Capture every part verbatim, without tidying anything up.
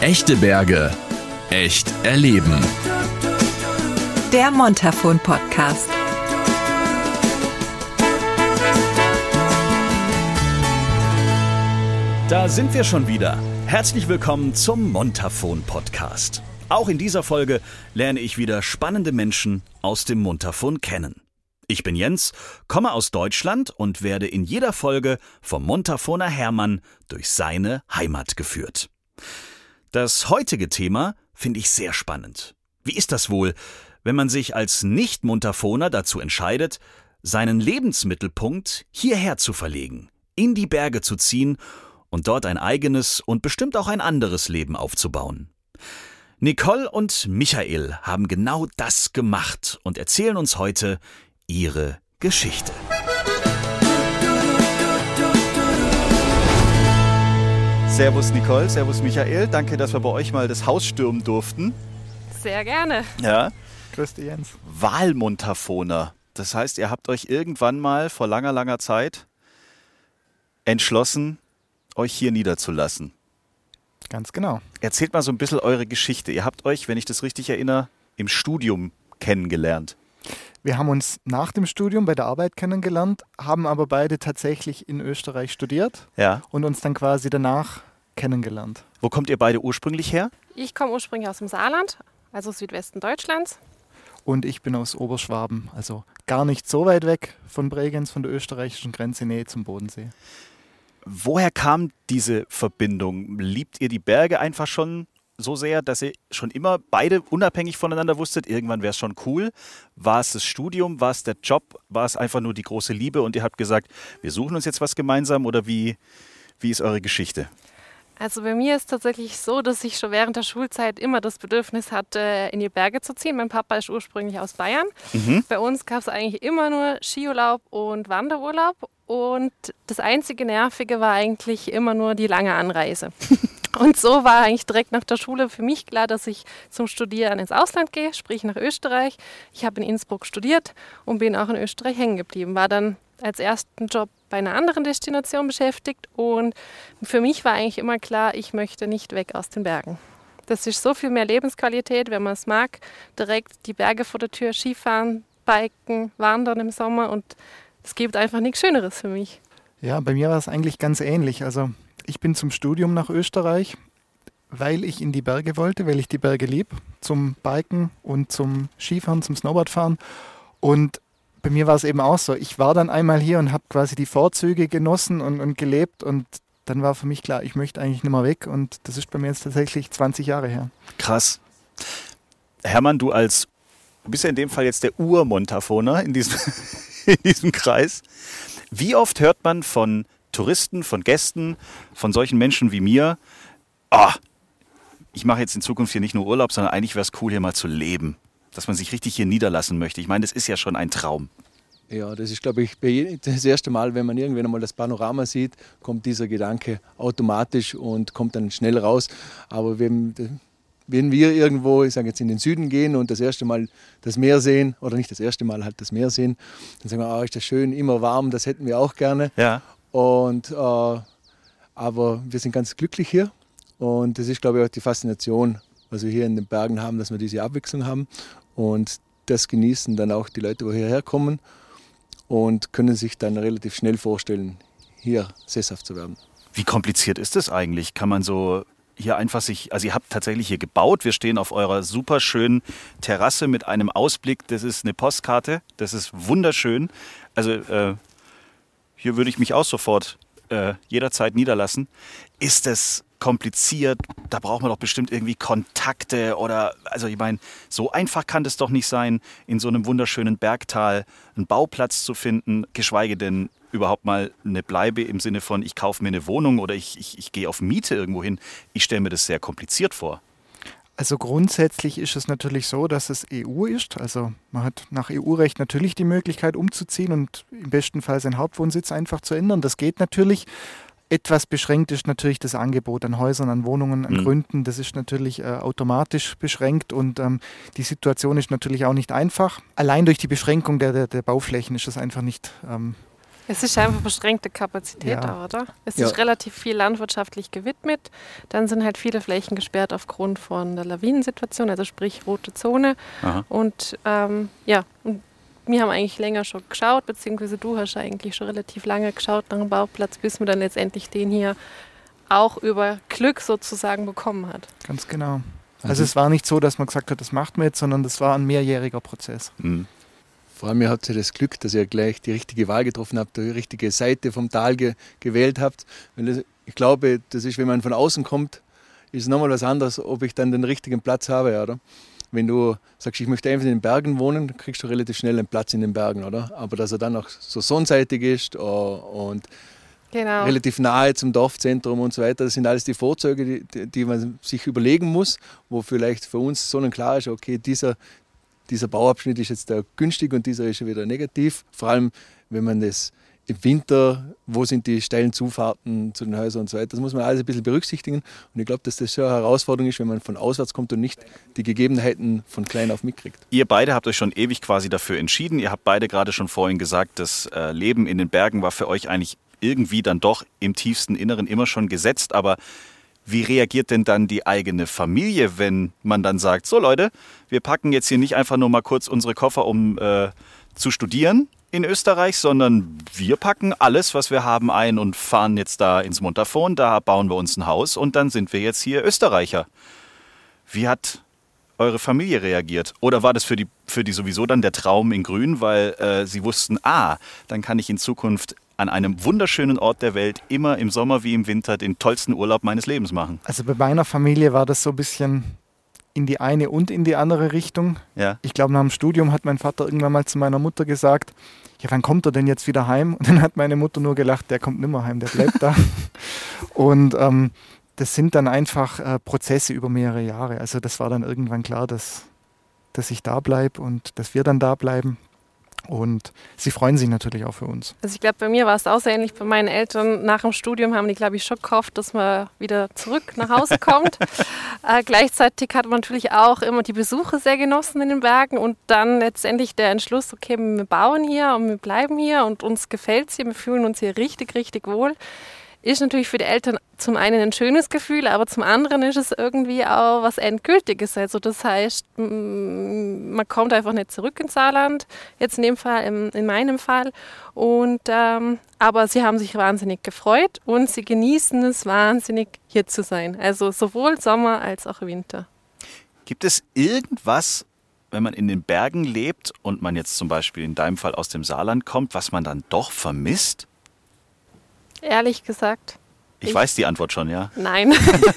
Echte Berge. Echt erleben. Der Montafon Podcast. Da sind wir schon wieder. Herzlich willkommen zum Montafon Podcast. Auch in dieser Folge lerne ich wieder spannende Menschen aus dem Montafon kennen. Ich bin Jens, komme aus Deutschland und werde in jeder Folge vom Montafoner Hermann durch seine Heimat geführt. Das heutige Thema finde ich sehr spannend. Wie ist das wohl, wenn man sich als Nicht-Montafoner dazu entscheidet, seinen Lebensmittelpunkt hierher zu verlegen, in die Berge zu ziehen und dort ein eigenes und bestimmt auch ein anderes Leben aufzubauen? Nicole und Michael haben genau das gemacht und erzählen uns heute ihre Geschichte. Servus Nicole, servus Michael. Danke, dass wir bei euch mal das Haus stürmen durften. Sehr gerne. Ja. Grüß dich, Jens. Wahlmontafoner. Das heißt, ihr habt euch irgendwann mal vor langer, langer Zeit entschlossen, euch hier niederzulassen. Ganz genau. Erzählt mal so ein bisschen eure Geschichte. Ihr habt euch, wenn ich das richtig erinnere, im Studium kennengelernt. Wir haben uns nach dem Studium bei der Arbeit kennengelernt, haben aber beide tatsächlich in Österreich studiert Ja. und uns dann quasi danach kennengelernt. Wo kommt ihr beide ursprünglich her? Ich komme ursprünglich aus dem Saarland, also Südwesten Deutschlands. Und ich bin aus Oberschwaben, also gar nicht so weit weg von Bregenz, von der österreichischen Grenze, Nähe zum Bodensee. Woher kam diese Verbindung? Liebt ihr die Berge einfach schon so sehr, dass ihr schon immer beide unabhängig voneinander wusstet, irgendwann wäre es schon cool? War es das Studium? War es der Job? War es einfach nur die große Liebe und ihr habt gesagt, wir suchen uns jetzt was gemeinsam? Oder wie, wie ist eure Geschichte? Also bei mir ist es tatsächlich so, dass ich schon während der Schulzeit immer das Bedürfnis hatte, in die Berge zu ziehen. Mein Papa ist ursprünglich aus Bayern. Mhm. Bei uns gab es eigentlich immer nur Skiurlaub und Wanderurlaub. Und das einzige Nervige war eigentlich immer nur die lange Anreise. Und so war eigentlich direkt nach der Schule für mich klar, dass ich zum Studieren ins Ausland gehe, sprich nach Österreich. Ich habe in Innsbruck studiert und bin auch in Österreich hängen geblieben. War dann als ersten Job bei einer anderen Destination beschäftigt und für mich war eigentlich immer klar, ich möchte nicht weg aus den Bergen. Das ist so viel mehr Lebensqualität, wenn man es mag. Direkt die Berge vor der Tür, Skifahren, Biken, Wandern im Sommer und es gibt einfach nichts Schöneres für mich. Ja, bei mir war es eigentlich ganz ähnlich. Also ich bin zum Studium nach Österreich, weil ich in die Berge wollte, weil ich die Berge lieb, zum Biken und zum Skifahren, zum Snowboardfahren. Und bei mir war es eben auch so. Ich war dann einmal hier und habe quasi die Vorzüge genossen und, und gelebt und dann war für mich klar, ich möchte eigentlich nicht mehr weg und das ist bei mir jetzt tatsächlich zwanzig Jahre her. Krass. Hermann, du als, du bist ja in dem Fall jetzt der Ur-Montafoner in diesem, in diesem Kreis. Wie oft hört man von Touristen, von Gästen, von solchen Menschen wie mir, oh, ich mache jetzt in Zukunft hier nicht nur Urlaub, sondern eigentlich wäre es cool, hier mal zu leben. Dass man sich richtig hier niederlassen möchte. Ich meine, das ist ja schon ein Traum. Ja, das ist, glaube ich, das erste Mal, wenn man irgendwann einmal das Panorama sieht, kommt dieser Gedanke automatisch und kommt dann schnell raus. Aber wenn, wenn wir irgendwo, ich sage jetzt in den Süden gehen und das erste Mal das Meer sehen, oder nicht das erste Mal halt das Meer sehen, dann sagen wir, oh, ist das schön, immer warm, das hätten wir auch gerne. Ja. Und, äh, aber wir sind ganz glücklich hier und das ist, glaube ich, auch die Faszination, was wir hier in den Bergen haben, dass wir diese Abwechslung haben und das genießen dann auch die Leute, die hierher kommen und können sich dann relativ schnell vorstellen, hier sesshaft zu werden. Wie kompliziert ist das eigentlich? Kann man so hier einfach sich, also ihr habt tatsächlich hier gebaut, wir stehen auf eurer super schönen Terrasse mit einem Ausblick, das ist eine Postkarte, das ist wunderschön. Also äh, hier würde ich mich auch sofort äh, jederzeit niederlassen. Ist das kompliziert? Da braucht man doch bestimmt irgendwie Kontakte oder, also ich meine, so einfach kann das doch nicht sein, in so einem wunderschönen Bergtal einen Bauplatz zu finden, geschweige denn überhaupt mal eine Bleibe im Sinne von, ich kaufe mir eine Wohnung oder ich, ich, ich gehe auf Miete irgendwo hin. Ich stelle mir das sehr kompliziert vor. Also grundsätzlich ist es natürlich so, dass es E U ist. Also man hat nach E U-Recht natürlich die Möglichkeit umzuziehen und im besten Fall seinen Hauptwohnsitz einfach zu ändern. Das geht natürlich. Etwas beschränkt ist natürlich das Angebot an Häusern, an Wohnungen, an mhm. Gründen. Das ist natürlich äh, automatisch beschränkt und ähm, die Situation ist natürlich auch nicht einfach. Allein durch die Beschränkung der, der, der Bauflächen ist das einfach nicht ähm, Es ist einfach beschränkte Kapazität, Ja. oder? Es Ja. ist relativ viel landwirtschaftlich gewidmet. Dann sind halt viele Flächen gesperrt aufgrund von der Lawinensituation, also sprich rote Zone. Aha. Und ähm, ja, und wir haben eigentlich länger schon geschaut, beziehungsweise du hast eigentlich schon relativ lange geschaut nach dem Bauplatz, bis man dann letztendlich den hier auch über Glück sozusagen bekommen hat. Ganz genau. Also, Also- es war nicht so, dass man gesagt hat, das macht man jetzt, sondern das war ein mehrjähriger Prozess. Mhm. Vor allem, ihr habt ja das Glück, dass ihr gleich die richtige Wahl getroffen habt, die richtige Seite vom Tal ge gewählt habt. Weil das, ich glaube, das ist, wenn man von außen kommt, ist es nochmal was anderes, ob ich dann den richtigen Platz habe, oder? Wenn du sagst, ich möchte einfach in den Bergen wohnen, dann kriegst du relativ schnell einen Platz in den Bergen, oder? Aber dass er dann auch so sonnenseitig ist äh, und Genau. relativ nahe zum Dorfzentrum und so weiter, das sind alles die Vorzüge, die, die, die man sich überlegen muss, wo vielleicht für uns sonnenklar ist, okay, dieser Dieser Bauabschnitt ist jetzt da günstig und dieser ist ja wieder negativ. Vor allem, wenn man das im Winter, wo sind die steilen Zufahrten zu den Häusern und so weiter, das muss man alles ein bisschen berücksichtigen. Und ich glaube, dass das schon eine Herausforderung ist, wenn man von auswärts kommt und nicht die Gegebenheiten von klein auf mitkriegt. Ihr beide habt euch schon ewig quasi dafür entschieden. Ihr habt beide gerade schon vorhin gesagt, das äh, Leben in den Bergen war für euch eigentlich irgendwie dann doch im tiefsten Inneren immer schon gesetzt. Aber wie reagiert denn dann die eigene Familie, wenn man dann sagt, so Leute, wir packen jetzt hier nicht einfach nur mal kurz unsere Koffer, um äh, zu studieren in Österreich, sondern wir packen alles, was wir haben, ein und fahren jetzt da ins Montafon, da bauen wir uns ein Haus und dann sind wir jetzt hier Österreicher. Wie hat eure Familie reagiert? Oder war das für die, für die sowieso dann der Traum in Grün, weil äh, sie wussten, ah, dann kann ich in Zukunft an einem wunderschönen Ort der Welt immer im Sommer wie im Winter den tollsten Urlaub meines Lebens machen? Also bei meiner Familie war das so ein bisschen in die eine und in die andere Richtung. Ja. Ich glaube, nach dem Studium hat mein Vater irgendwann mal zu meiner Mutter gesagt, ja, wann kommt er denn jetzt wieder heim? Und dann hat meine Mutter nur gelacht, der kommt nimmer heim, der bleibt da. Und ähm, das sind dann einfach äh, Prozesse über mehrere Jahre. Also das war dann irgendwann klar, dass, dass ich da bleibe und dass wir dann da bleiben. Und sie freuen sich natürlich auch für uns. Also ich glaube, bei mir war es auch so ähnlich. Bei meinen Eltern nach dem Studium haben die, glaube ich, schon gehofft, dass man wieder zurück nach Hause kommt. äh, gleichzeitig hat man natürlich auch immer die Besuche sehr genossen in den Bergen und dann letztendlich der Entschluss, okay, wir bauen hier und wir bleiben hier und uns gefällt es hier, wir fühlen uns hier richtig, richtig wohl. Ist natürlich für die Eltern zum einen ein schönes Gefühl, aber zum anderen ist es irgendwie auch was Endgültiges. Also das heißt, man kommt einfach nicht zurück ins Saarland, jetzt in dem Fall, in, in meinem Fall. Und, ähm, aber sie haben sich wahnsinnig gefreut und sie genießen es wahnsinnig, hier zu sein. Also sowohl Sommer als auch Winter. Gibt es irgendwas, wenn man in den Bergen lebt und man jetzt zum Beispiel in deinem Fall aus dem Saarland kommt, was man dann doch vermisst? Ehrlich gesagt. Ich, Ich- weiß die Antwort schon, ja. Nein.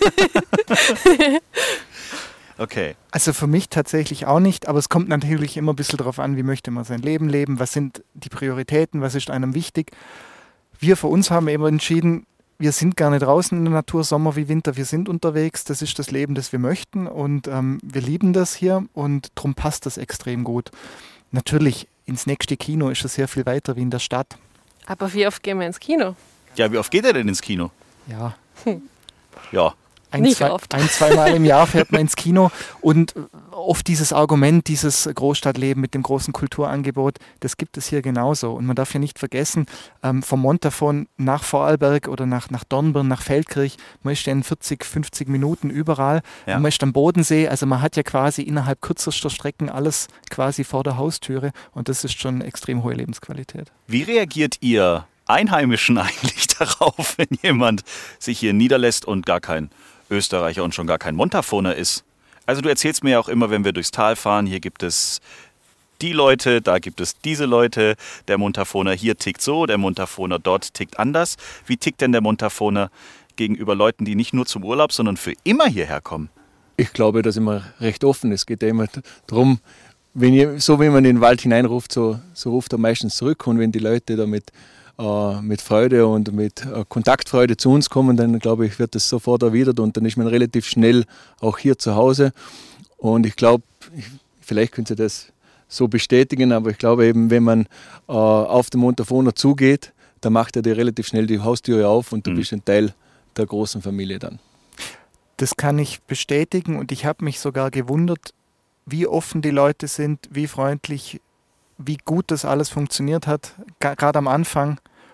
Okay. Also für mich tatsächlich auch nicht, aber es kommt natürlich immer ein bisschen darauf an, wie möchte man sein Leben leben, was sind die Prioritäten, was ist einem wichtig. Wir für uns haben eben entschieden, wir sind gerne draußen in der Natur, Sommer wie Winter, wir sind unterwegs, das ist das Leben, das wir möchten und ähm, wir lieben das hier und darum passt das extrem gut. Natürlich, ins nächste Kino ist es sehr viel weiter wie in der Stadt. Aber wie oft gehen wir ins Kino? Ja, wie oft geht er denn ins Kino? Ja, Ja. ein, Nicht zwei, oft. ein, zweimal im Jahr fährt man ins Kino und oft dieses Argument, dieses Großstadtleben mit dem großen Kulturangebot, das gibt es hier genauso. Und man darf ja nicht vergessen, ähm, vom Montafon nach Vorarlberg oder nach, nach Dornbirn, nach Feldkirch, man ist ja in vierzig, fünfzig Minuten überall. Ja. Und man ist am Bodensee, also man hat ja quasi innerhalb kürzester Strecken alles quasi vor der Haustüre und das ist schon extrem hohe Lebensqualität. Wie reagiert ihr Einheimischen eigentlich darauf, wenn jemand sich hier niederlässt und gar kein Österreicher und schon gar kein Montafoner ist? Also du erzählst mir ja auch immer, wenn wir durchs Tal fahren, hier gibt es die Leute, da gibt es diese Leute, der Montafoner hier tickt so, der Montafoner dort tickt anders. Wie tickt denn der Montafoner gegenüber Leuten, die nicht nur zum Urlaub, sondern für immer hierher kommen? Ich glaube, da sind wir recht offen. Es geht ja immer darum, wenn ihr, so wie man in den Wald hineinruft, so, so ruft er meistens zurück. Und wenn die Leute da mit, äh, mit Freude und mit äh, Kontaktfreude zu uns kommen, dann glaube ich, wird das sofort erwidert und dann ist man relativ schnell auch hier zu Hause. Und ich glaube, ich, vielleicht könnt ihr das so bestätigen, aber ich glaube eben, wenn man äh, auf den Montafoner zugeht, dann macht er dir relativ schnell die Haustüre auf und du Mhm. bist ein Teil der großen Familie dann. Das kann ich bestätigen und ich habe mich sogar gewundert, wie offen die Leute sind, wie freundlich, wie gut das alles funktioniert hat, gerade am Anfang.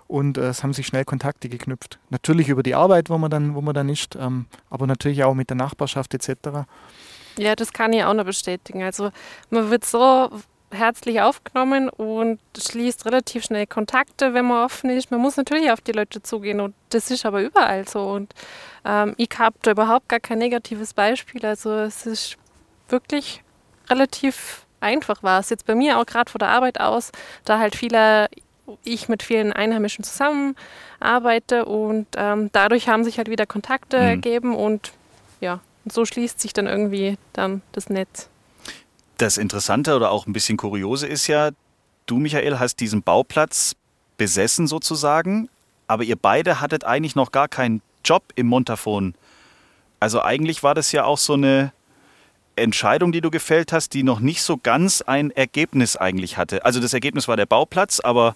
und äh, es haben sich schnell Kontakte geknüpft. Natürlich über die Arbeit, wo man dann, wo man dann ist, ähm, aber natürlich auch mit der Nachbarschaft et cetera. Ja, das kann ich auch noch bestätigen. Also man wird so herzlich aufgenommen und schließt relativ schnell Kontakte, wenn man offen ist. Man muss natürlich auf die Leute zugehen und das ist aber überall so. Und ähm, ich habe da überhaupt gar kein negatives Beispiel. Also es ist wirklich relativ einfach war es. Jetzt bei mir auch gerade von der Arbeit aus, da halt viele, ich mit vielen Einheimischen zusammenarbeite und ähm, dadurch haben sich halt wieder Kontakte mhm. ergeben und ja, und so schließt sich dann irgendwie dann das Netz. Das Interessante oder auch ein bisschen Kuriose ist ja, du, Michael, hast diesen Bauplatz besessen sozusagen, aber ihr beide hattet eigentlich noch gar keinen Job im Montafon. Also eigentlich war das ja auch so eine Entscheidung, die du gefällt hast, die noch nicht so ganz ein Ergebnis eigentlich hatte. Also das Ergebnis war der Bauplatz, aber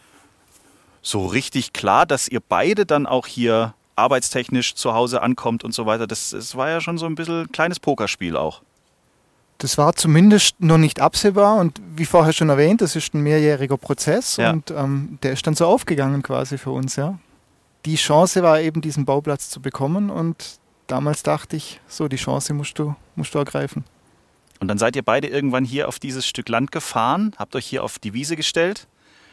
so richtig klar, dass ihr beide dann auch hier arbeitstechnisch zu Hause ankommt und so weiter, das, das war ja schon so ein bisschen ein kleines Pokerspiel auch. Das war zumindest noch nicht absehbar und wie vorher schon erwähnt, das ist ein mehrjähriger Prozess ja. und ähm, der ist dann so aufgegangen quasi für uns. Ja. Die Chance war eben, diesen Bauplatz zu bekommen und damals dachte ich, so die Chance musst du, musst du ergreifen. Und dann seid ihr beide irgendwann hier auf dieses Stück Land gefahren, habt euch hier auf die Wiese gestellt.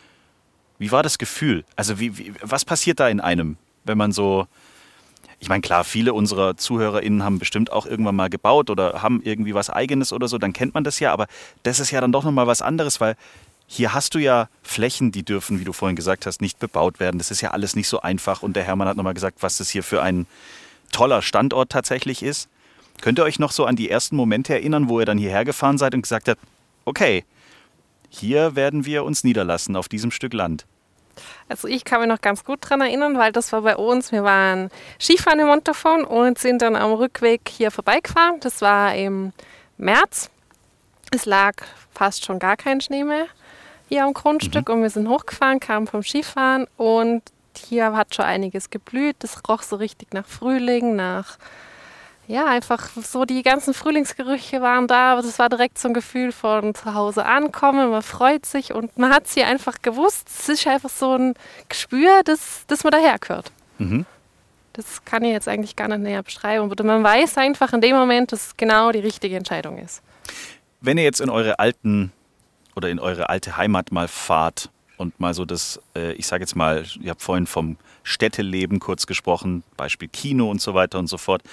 Wie war das Gefühl? Also wie, wie, was passiert da in einem, wenn man so... Ich meine, klar, viele unserer ZuhörerInnen haben bestimmt auch irgendwann mal gebaut oder haben irgendwie was Eigenes oder so, dann kennt man das ja, aber das ist ja dann doch nochmal was anderes, weil hier hast du ja Flächen, die dürfen, wie du vorhin gesagt hast, nicht bebaut werden. Das ist ja alles nicht so einfach und der Hermann hat nochmal gesagt, was das hier für ein toller Standort tatsächlich ist. Könnt ihr euch noch so an die ersten Momente erinnern, wo ihr dann hierher gefahren seid und gesagt habt, okay, hier werden wir uns niederlassen auf diesem Stück Land? Also ich kann mich noch ganz gut daran erinnern, weil das war bei uns, wir waren Skifahren im Montafon und sind dann am Rückweg hier vorbeigefahren. Das war im März. Es lag fast schon gar kein Schnee mehr hier am Grundstück mhm. und wir sind hochgefahren, kamen vom Skifahren und hier hat schon einiges geblüht. Das roch so richtig nach Frühling, nach, ja, einfach so die ganzen Frühlingsgerüche waren da. Aber das war direkt so ein Gefühl von zu Hause ankommen. Man freut sich und man hat es hier einfach gewusst. Es ist einfach so ein Gespür, das, das man dahergehört. Mhm. Das kann ich jetzt eigentlich gar nicht näher beschreiben. Oder man weiß einfach in dem Moment, dass es genau die richtige Entscheidung ist. Wenn ihr jetzt in eure alten oder in eure alte Heimat mal fahrt und mal so das, äh, ich sage jetzt mal, ihr habt vorhin vom Städteleben kurz gesprochen, Beispiel Kino und so weiter und so fort.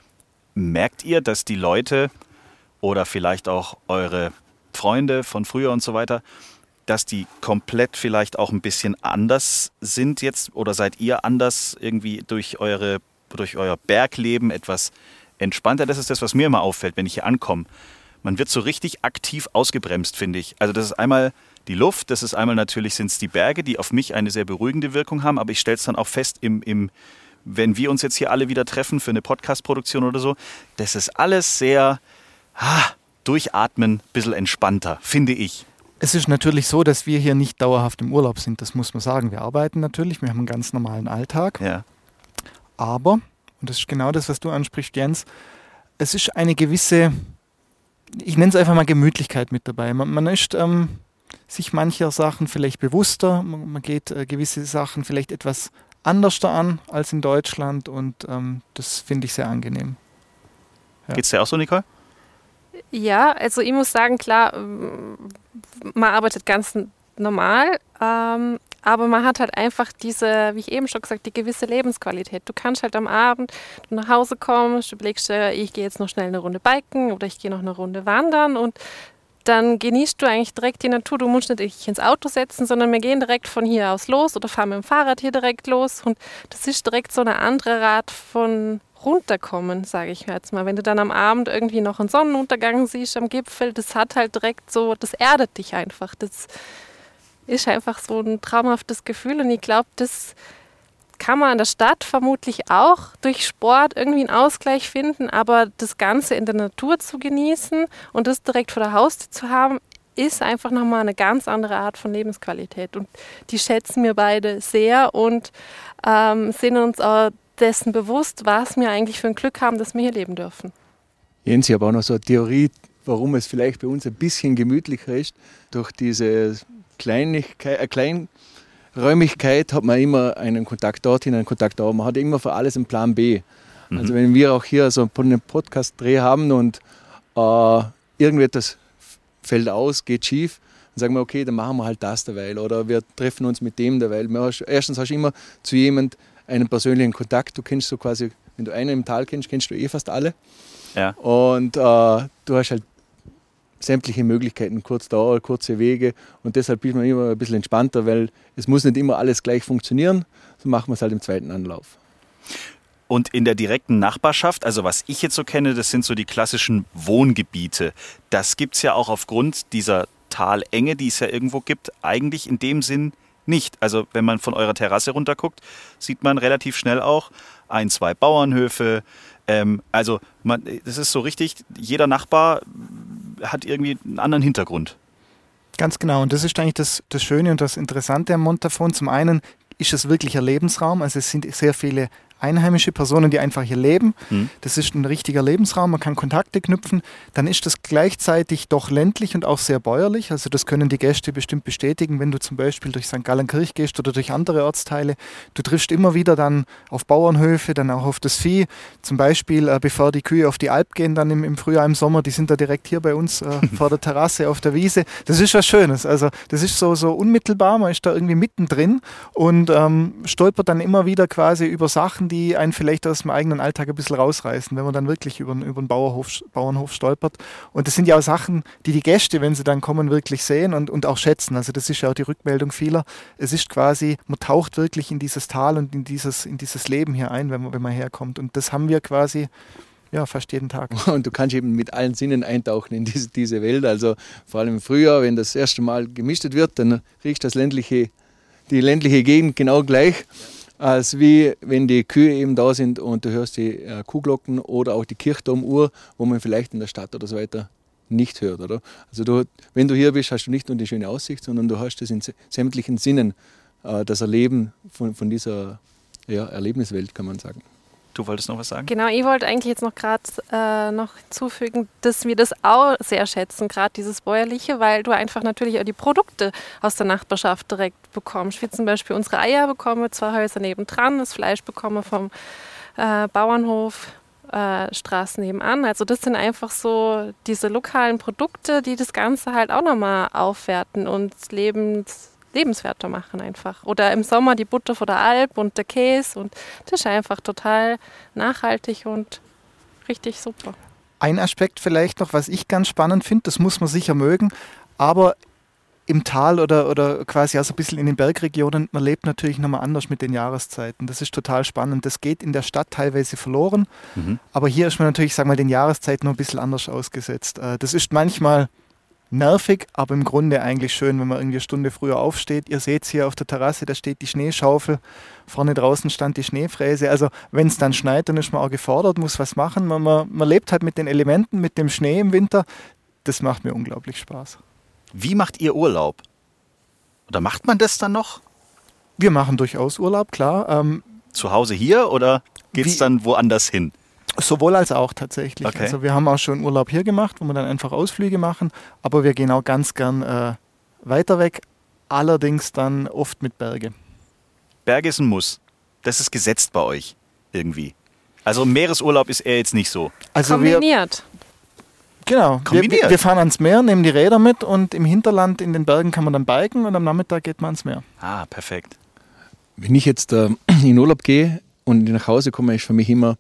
Merkt ihr, dass die Leute oder vielleicht auch eure Freunde von früher und so weiter, dass die komplett vielleicht auch ein bisschen anders sind jetzt oder seid ihr anders irgendwie durch, eure, durch euer Bergleben etwas entspannter? Das ist das, was mir immer auffällt, wenn ich hier ankomme. Man wird so richtig aktiv ausgebremst, finde ich. Also das ist einmal die Luft, das ist einmal natürlich sind es die Berge, die auf mich eine sehr beruhigende Wirkung haben, aber ich stelle es dann auch fest im, im wenn wir uns jetzt hier alle wieder treffen für eine Podcast-Produktion oder so, das ist alles sehr ah, durchatmen, ein bisschen entspannter, finde ich. Es ist natürlich so, dass wir hier nicht dauerhaft im Urlaub sind, das muss man sagen. Wir arbeiten natürlich, wir haben einen ganz normalen Alltag. Ja. Aber, und das ist genau das, was du ansprichst, Jens, es ist eine gewisse, ich nenne es einfach mal Gemütlichkeit mit dabei. Man, man ist ähm, sich mancher Sachen vielleicht bewusster, man, man geht äh, gewisse Sachen vielleicht etwas anders an als in Deutschland und ähm, das finde ich sehr angenehm. Ja. Geht's dir auch so, Nicole? Ja, also ich muss sagen, klar, man arbeitet ganz normal, ähm, aber man hat halt einfach diese, wie ich eben schon gesagt, die gewisse Lebensqualität. Du kannst halt am Abend nach Hause kommen, du überlegst dir, ich gehe jetzt noch schnell eine Runde biken oder ich gehe noch eine Runde wandern und dann genießt du eigentlich direkt die Natur. Du musst nicht ins Auto setzen, sondern wir gehen direkt von hier aus los oder fahren mit dem Fahrrad hier direkt los. Und das ist direkt so eine andere Art von runterkommen, sage ich jetzt mal. Wenn du dann am Abend irgendwie noch einen Sonnenuntergang siehst am Gipfel, das hat halt direkt so, das erdet dich einfach. Das ist einfach so ein traumhaftes Gefühl und ich glaube, das kann man in der Stadt vermutlich auch durch Sport irgendwie einen Ausgleich finden, aber das Ganze in der Natur zu genießen und das direkt vor der Haustür zu haben, ist einfach nochmal eine ganz andere Art von Lebensqualität. Und die schätzen wir beide sehr und ähm, sind uns auch dessen bewusst, was wir eigentlich für ein Glück haben, dass wir hier leben dürfen. Jens, ich habe auch noch so eine Theorie, warum es vielleicht bei uns ein bisschen gemütlicher ist, durch diese Kleinigkeit, äh, klein Räumlichkeit hat man immer einen Kontakt dorthin, einen Kontakt dort. Man hat immer für alles einen Plan B. Mhm. Also wenn wir auch hier so einen Podcast-Dreh haben und äh, irgendetwas fällt aus, geht schief, dann sagen wir, okay, dann machen wir halt das derweil oder wir treffen uns mit dem derweil. Erstens hast du immer zu jemandem einen persönlichen Kontakt. Du kennst so quasi, wenn du einen im Tal kennst, kennst du eh fast alle. Ja. Und äh, du hast halt sämtliche Möglichkeiten, kurz Dauer, kurze Wege und deshalb bin ich immer ein bisschen entspannter, weil es muss nicht immer alles gleich funktionieren, so machen wir es halt im zweiten Anlauf. Und in der direkten Nachbarschaft, also was ich jetzt so kenne, das sind so die klassischen Wohngebiete. Das gibt es ja auch aufgrund dieser Talenge, die es ja irgendwo gibt, eigentlich in dem Sinn nicht. Also wenn man von eurer Terrasse runterguckt, sieht man relativ schnell auch ein, zwei Bauernhöfe. Ähm, also man, das ist so richtig, jeder Nachbar hat irgendwie einen anderen Hintergrund. Ganz genau. Und das ist eigentlich das, das Schöne und das Interessante am Montafon. Zum einen ist es wirklich ein Lebensraum. Also es sind sehr viele einheimische Personen, die einfach hier leben. Mhm. Das ist ein richtiger Lebensraum, man kann Kontakte knüpfen. Dann ist das gleichzeitig doch ländlich und auch sehr bäuerlich. Also das können die Gäste bestimmt bestätigen, wenn du zum Beispiel durch Sankt Gallenkirch gehst oder durch andere Ortsteile. Du triffst immer wieder dann auf Bauernhöfe, dann auch auf das Vieh. Zum Beispiel, äh, bevor die Kühe auf die Alp gehen, dann im, im Frühjahr, im Sommer, die sind da direkt hier bei uns äh, vor der Terrasse auf der Wiese. Das ist was Schönes. Also das ist so, so unmittelbar, man ist da irgendwie mittendrin und ähm, stolpert dann immer wieder quasi über Sachen, die einen vielleicht aus dem eigenen Alltag ein bisschen rausreißen, wenn man dann wirklich über, über einen Bauernhof, Bauernhof stolpert. Und das sind ja auch Sachen, die die Gäste, wenn sie dann kommen, wirklich sehen und, und auch schätzen. Also das ist ja auch die Rückmeldung vieler. Es ist quasi, man taucht wirklich in dieses Tal und in dieses, in dieses Leben hier ein, wenn man, wenn man herkommt. Und das haben wir quasi ja, fast jeden Tag. Und du kannst eben mit allen Sinnen eintauchen in diese, diese Welt. Also vor allem im Frühjahr, wenn das erste Mal gemistet wird, dann riecht das ländliche, die ländliche Gegend genau gleich, als wie wenn die Kühe eben da sind und du hörst die äh, Kuhglocken oder auch die Kirchturmuhr, wo man vielleicht in der Stadt oder so weiter nicht hört. Oder? Also du, wenn du hier bist, hast du nicht nur die schöne Aussicht, sondern du hast das in sämtlichen Sinnen, äh, das Erleben von, von dieser ja, Erlebniswelt, kann man sagen. Du wolltest noch was sagen? Genau, ich wollte eigentlich jetzt noch gerade äh, noch hinzufügen, dass wir das auch sehr schätzen, gerade dieses Bäuerliche, weil du einfach natürlich auch die Produkte aus der Nachbarschaft direkt bekommst. Wie zum Beispiel unsere Eier bekommen wir zwei Häuser nebendran, das Fleisch bekommen wir vom äh, Bauernhof äh, Straßen nebenan. Also das sind einfach so diese lokalen Produkte, die das Ganze halt auch nochmal aufwerten und lebens lebenswerter machen einfach. Oder im Sommer die Butter von der Alp und der Käse und das ist einfach total nachhaltig und richtig super. Ein Aspekt vielleicht noch, was ich ganz spannend finde, das muss man sicher mögen, aber im Tal oder, oder quasi auch so ein bisschen in den Bergregionen, man lebt natürlich nochmal anders mit den Jahreszeiten. Das ist total spannend. Das geht in der Stadt teilweise verloren, mhm. aber hier ist man natürlich, sagen wir mal, den Jahreszeiten noch ein bisschen anders ausgesetzt. Das ist manchmal nervig, aber im Grunde eigentlich schön, wenn man irgendwie eine Stunde früher aufsteht. Ihr seht es hier auf der Terrasse, da steht die Schneeschaufel, vorne draußen stand die Schneefräse. Also wenn es dann schneit, dann ist man auch gefordert, muss was machen. Man, man, man lebt halt mit den Elementen, mit dem Schnee im Winter. Das macht mir unglaublich Spaß. Wie macht ihr Urlaub? Oder macht man das dann noch? Wir machen durchaus Urlaub, klar. Ähm, Zu Hause hier oder geht es dann woanders hin? Sowohl als auch tatsächlich. Okay. Also wir haben auch schon Urlaub hier gemacht, wo wir dann einfach Ausflüge machen, aber wir gehen auch ganz gern äh, weiter weg, allerdings dann oft mit Berge. Berge ist ein Muss. Das ist gesetzt bei euch irgendwie. Also Meeresurlaub ist eher jetzt nicht so. Also kombiniert. Wir, genau. Kombiniert. Wir, wir fahren ans Meer, nehmen die Räder mit und im Hinterland in den Bergen kann man dann biken und am Nachmittag geht man ans Meer. Ah, perfekt. Wenn ich jetzt äh, in Urlaub gehe und nach Hause komme, ist für mich immer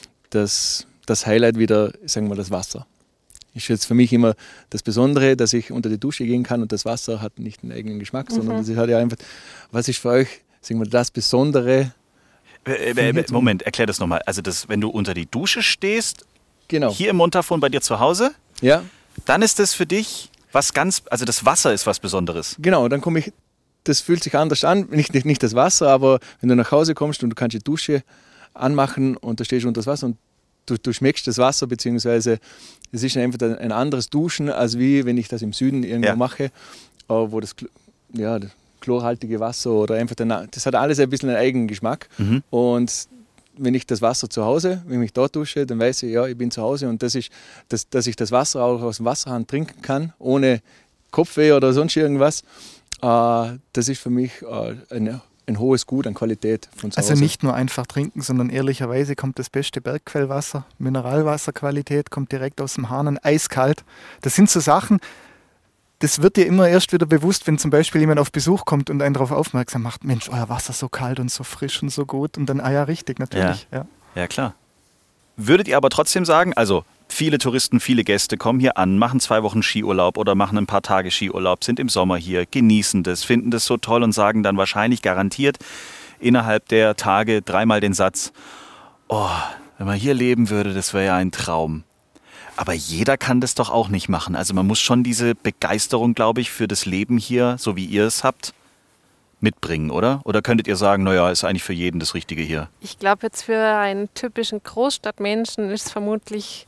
Das, das Highlight wieder, sagen wir, das Wasser. Ist jetzt für mich immer das Besondere, dass ich unter die Dusche gehen kann und das Wasser hat nicht einen eigenen Geschmack, mhm. sondern das hat ja einfach, was ist für euch, sagen wir, das Besondere? Äh, äh, Moment, erklär das nochmal. Also das, wenn du unter die Dusche stehst, genau. hier im Montafon bei dir zu Hause, ja. dann ist das für dich was ganz, also das Wasser ist was Besonderes. Genau, dann komme ich, das fühlt sich anders an, nicht, nicht, nicht das Wasser, aber wenn du nach Hause kommst und du kannst die Dusche anmachen und da stehst du unter das Wasser und du, du schmeckst das Wasser, beziehungsweise es ist einfach ein anderes Duschen, als wie wenn ich das im Süden irgendwo ja. mache, wo das, ja, das chlorhaltige Wasser oder einfach, der, das hat alles ein bisschen einen eigenen Geschmack mhm. und wenn ich das Wasser zu Hause, wenn ich dort dusche, dann weiß ich, ja, ich bin zu Hause und das ist, dass, dass ich das Wasser auch aus dem Wasserhahn trinken kann, ohne Kopfweh oder sonst irgendwas. äh, das ist für mich äh, eine ein hohes Gut an Qualität von zu Hause. Also nicht nur einfach trinken, sondern ehrlicherweise kommt das beste Bergquellwasser, Mineralwasserqualität, kommt direkt aus dem Hahn, eiskalt. Das sind so Sachen, das wird dir immer erst wieder bewusst, wenn zum Beispiel jemand auf Besuch kommt und einen darauf aufmerksam macht, Mensch, euer Wasser so kalt und so frisch und so gut. Und dann, ah ja, richtig, natürlich. Ja, ja. ja klar. Würdet ihr aber trotzdem sagen, also viele Touristen, viele Gäste kommen hier an, machen zwei Wochen Skiurlaub oder machen ein paar Tage Skiurlaub, sind im Sommer hier, genießen das, finden das so toll und sagen dann wahrscheinlich garantiert innerhalb der Tage dreimal den Satz, oh, wenn man hier leben würde, das wäre ja ein Traum. Aber jeder kann das doch auch nicht machen. Also man muss schon diese Begeisterung, glaube ich, für das Leben hier, so wie ihr es habt, mitbringen, oder? Oder könntet ihr sagen, naja, ist eigentlich für jeden das Richtige hier? Ich glaube, jetzt für einen typischen Großstadtmenschen ist es vermutlich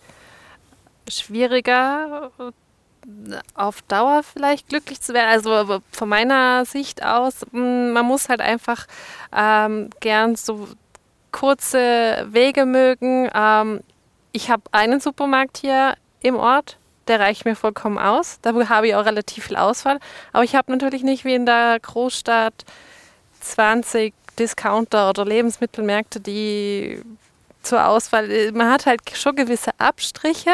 schwieriger, auf Dauer vielleicht glücklich zu werden. Also von meiner Sicht aus, man muss halt einfach ähm, gern so kurze Wege mögen. Ähm, ich habe einen Supermarkt hier im Ort, der reicht mir vollkommen aus. Da habe ich auch relativ viel Auswahl. Aber ich habe natürlich nicht wie in der Großstadt zwanzig Discounter oder Lebensmittelmärkte, die zur Auswahl. Man hat halt schon gewisse Abstriche.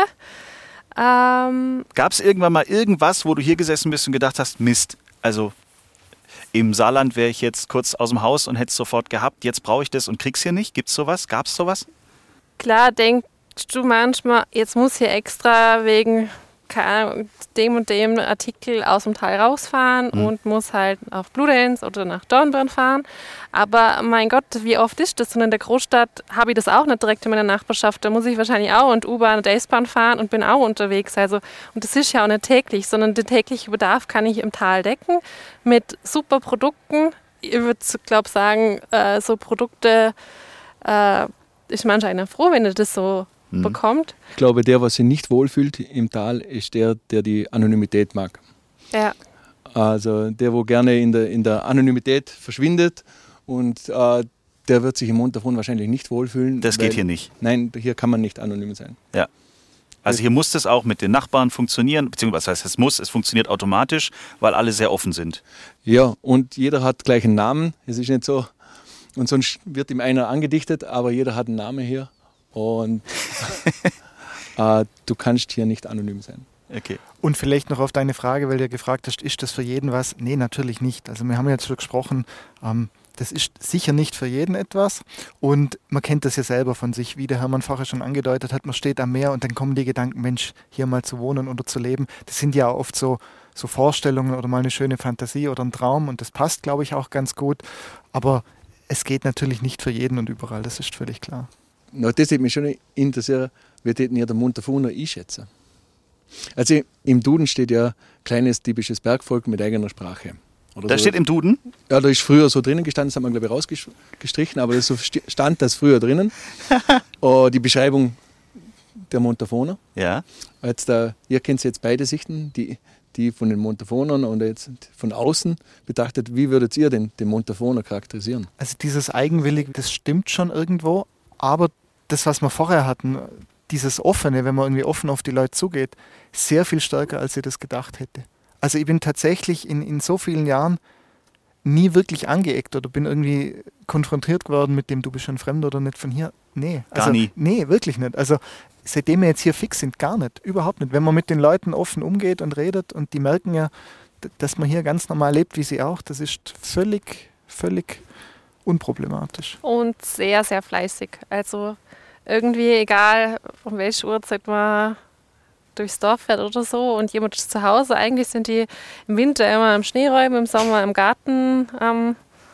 Ähm Gab es irgendwann mal irgendwas, wo du hier gesessen bist und gedacht hast, Mist, also im Saarland wäre ich jetzt kurz aus dem Haus und hätte es sofort gehabt, jetzt brauche ich das und krieg's hier nicht? Gibt's sowas? Gab's sowas? Klar denkst du manchmal, jetzt muss hier extra wegen keine Ahnung, dem und dem Artikel aus dem Tal rausfahren mhm. und muss halt auf Bludenz oder nach Dornbirn fahren. Aber mein Gott, wie oft ist das? Und in der Großstadt habe ich das auch nicht direkt in meiner Nachbarschaft. Da muss ich wahrscheinlich auch und U-Bahn und S-Bahn fahren und bin auch unterwegs. Also, und das ist ja auch nicht täglich, sondern den täglichen Bedarf kann ich im Tal decken mit super Produkten. Ich würde, glaube ich, sagen, äh, so Produkte äh, ist manch einer froh, wenn er das so mhm. bekommt. Ich glaube, der, was sich nicht wohlfühlt im Tal, ist der, der die Anonymität mag. Ja. Also der, wo gerne in der, in der Anonymität verschwindet und äh, der wird sich im Montafon wahrscheinlich nicht wohlfühlen. Das weil, geht hier nicht. Nein, hier kann man nicht anonym sein. Ja. Also hier muss das auch mit den Nachbarn funktionieren, beziehungsweise was heißt es muss, es funktioniert automatisch, weil alle sehr offen sind. Ja, und jeder hat gleich einen Namen. Es ist nicht so, und sonst wird ihm einer angedichtet, aber jeder hat einen Namen hier. Und äh, du kannst hier nicht anonym sein. Okay. Und vielleicht noch auf deine Frage, weil du ja gefragt hast, ist das für jeden was? Nee, natürlich nicht. Also wir haben jetzt schon gesprochen, ähm, das ist sicher nicht für jeden etwas. Und man kennt das ja selber von sich, wie der Hermann vorher schon angedeutet hat, man steht am Meer und dann kommen die Gedanken, Mensch, hier mal zu wohnen oder zu leben. Das sind ja oft so, so Vorstellungen oder mal eine schöne Fantasie oder ein Traum und das passt, glaube ich, auch ganz gut. Aber es geht natürlich nicht für jeden und überall, das ist völlig klar. No, das würde mich schon interessieren, wie täten ihr den Montafoner einschätzen? Also im Duden steht ja kleines typisches Bergvolk mit eigener Sprache. Oder das so. Steht im Duden? Ja, da ist früher so drinnen gestanden, das hat man glaube ich rausgestrichen, aber das so stand das früher drinnen. oh, die Beschreibung der Montafoner. Ja. Jetzt, äh, ihr kennt jetzt beide Sichten, die, die von den Montafonern und jetzt von außen betrachtet. Wie würdet ihr den, den Montafoner charakterisieren? Also dieses Eigenwillige, das stimmt schon irgendwo, aber das, was wir vorher hatten, dieses Offene, wenn man irgendwie offen auf die Leute zugeht, sehr viel stärker, als ich das gedacht hätte. Also ich bin tatsächlich in, in so vielen Jahren nie wirklich angeeckt oder bin irgendwie konfrontiert geworden mit dem, du bist schon fremd oder nicht von hier. Nee. Also, gar nie? Nee, wirklich nicht. Also seitdem wir jetzt hier fix sind, gar nicht. Überhaupt nicht. Wenn man mit den Leuten offen umgeht und redet und die merken ja, dass man hier ganz normal lebt, wie sie auch, das ist völlig, völlig unproblematisch. Und sehr, sehr fleißig. Also irgendwie egal, um welche Uhrzeit man durchs Dorf fährt oder so und jemand ist zu Hause. Eigentlich sind die im Winter immer am Schneeräumen, im Sommer im Garten am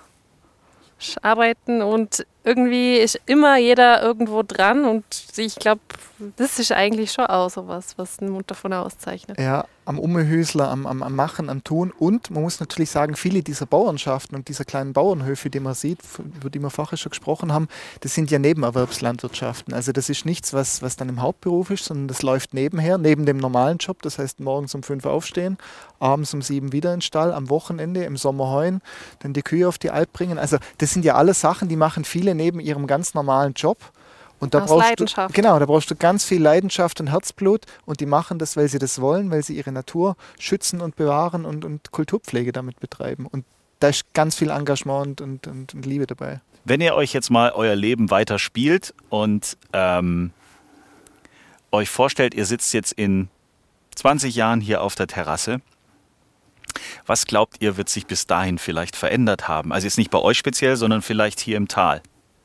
Arbeiten und irgendwie ist immer jeder irgendwo dran und ich glaube, das ist eigentlich schon auch so was, was einen Montafoner auszeichnet. Ja, am Ummehüsler, am, am, am Machen, am Tun und man muss natürlich sagen, viele dieser Bauernschaften und dieser kleinen Bauernhöfe, die man sieht, über die wir vorher schon gesprochen haben, das sind ja Nebenerwerbslandwirtschaften. Also das ist nichts, was, was dann im Hauptberuf ist, sondern das läuft nebenher, neben dem normalen Job. Das heißt, morgens um fünf aufstehen, abends um sieben wieder in den Stall, am Wochenende, im Sommer heuen, dann die Kühe auf die Alp bringen. Also das sind ja alles Sachen, die machen viele neben ihrem ganz normalen Job. Und da Aus brauchst Leidenschaft. Du, genau, da brauchst du ganz viel Leidenschaft und Herzblut und die machen das, weil sie das wollen, weil sie ihre Natur schützen und bewahren und, und Kulturpflege damit betreiben. Und da ist ganz viel Engagement und, und, und Liebe dabei. Wenn ihr euch jetzt mal euer Leben weiter spielt und ähm, euch vorstellt, ihr sitzt jetzt in zwanzig Jahren hier auf der Terrasse, was glaubt ihr, wird sich bis dahin vielleicht verändert haben? Also jetzt nicht bei euch speziell, sondern vielleicht hier im Tal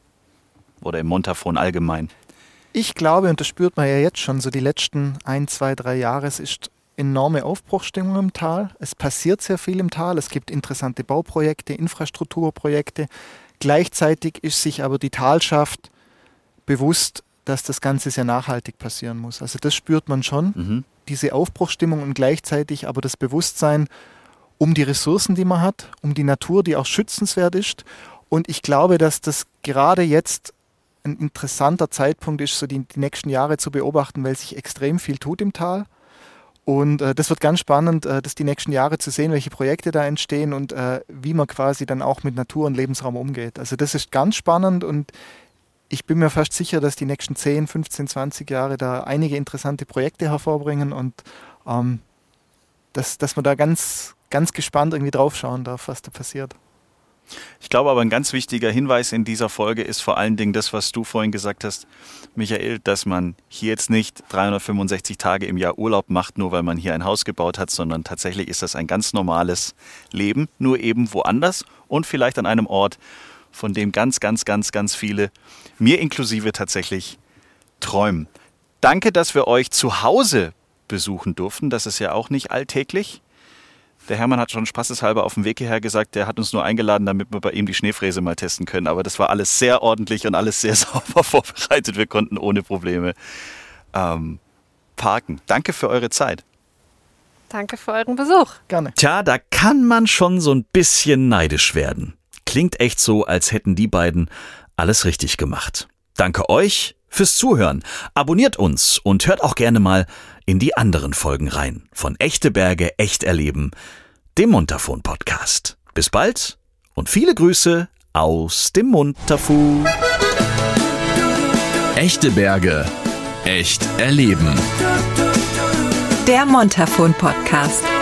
oder im Montafon allgemein. Ich glaube, und das spürt man ja jetzt schon, so die letzten ein, zwei, drei Jahre, es ist enorme Aufbruchsstimmung im Tal. Es passiert sehr viel im Tal. Es gibt interessante Bauprojekte, Infrastrukturprojekte. Gleichzeitig ist sich aber die Talschaft bewusst, dass das Ganze sehr nachhaltig passieren muss. Also das spürt man schon, Mhm. diese Aufbruchsstimmung und gleichzeitig aber das Bewusstsein um die Ressourcen, die man hat, um die Natur, die auch schützenswert ist. Und ich glaube, dass das gerade jetzt ein interessanter Zeitpunkt ist, so die, die nächsten Jahre zu beobachten, weil sich extrem viel tut im Tal. Und äh, das wird ganz spannend, äh, das die nächsten Jahre zu sehen, welche Projekte da entstehen und äh, wie man quasi dann auch mit Natur und Lebensraum umgeht. Also das ist ganz spannend und ich bin mir fast sicher, dass die nächsten zehn, fünfzehn, zwanzig Jahre da einige interessante Projekte hervorbringen und ähm, dass, dass man da ganz, ganz gespannt irgendwie drauf schauen darf, was da passiert. Ich glaube aber, ein ganz wichtiger Hinweis in dieser Folge ist vor allen Dingen das, was du vorhin gesagt hast, Michael, dass man hier jetzt nicht dreihundertfünfundsechzig Tage im Jahr Urlaub macht, nur weil man hier ein Haus gebaut hat, sondern tatsächlich ist das ein ganz normales Leben, nur eben woanders und vielleicht an einem Ort, von dem ganz, ganz, ganz, ganz viele, mir inklusive tatsächlich, träumen. Danke, dass wir euch zu Hause besuchen durften. Das ist ja auch nicht alltäglich. Der Hermann hat schon spaßeshalber auf dem Weg hierher gesagt, der hat uns nur eingeladen, damit wir bei ihm die Schneefräse mal testen können. Aber das war alles sehr ordentlich und alles sehr sauber vorbereitet. Wir konnten ohne Probleme ähm, parken. Danke für eure Zeit. Danke für euren Besuch. Gerne. Tja, da kann man schon so ein bisschen neidisch werden. Klingt echt so, als hätten die beiden alles richtig gemacht. Danke euch fürs Zuhören. Abonniert uns und hört auch gerne mal in die anderen Folgen rein. Von Echte Berge, echt erleben, dem Montafon-Podcast. Bis bald und viele Grüße aus dem Montafon. Echte Berge, echt erleben. Der Montafon Podcast.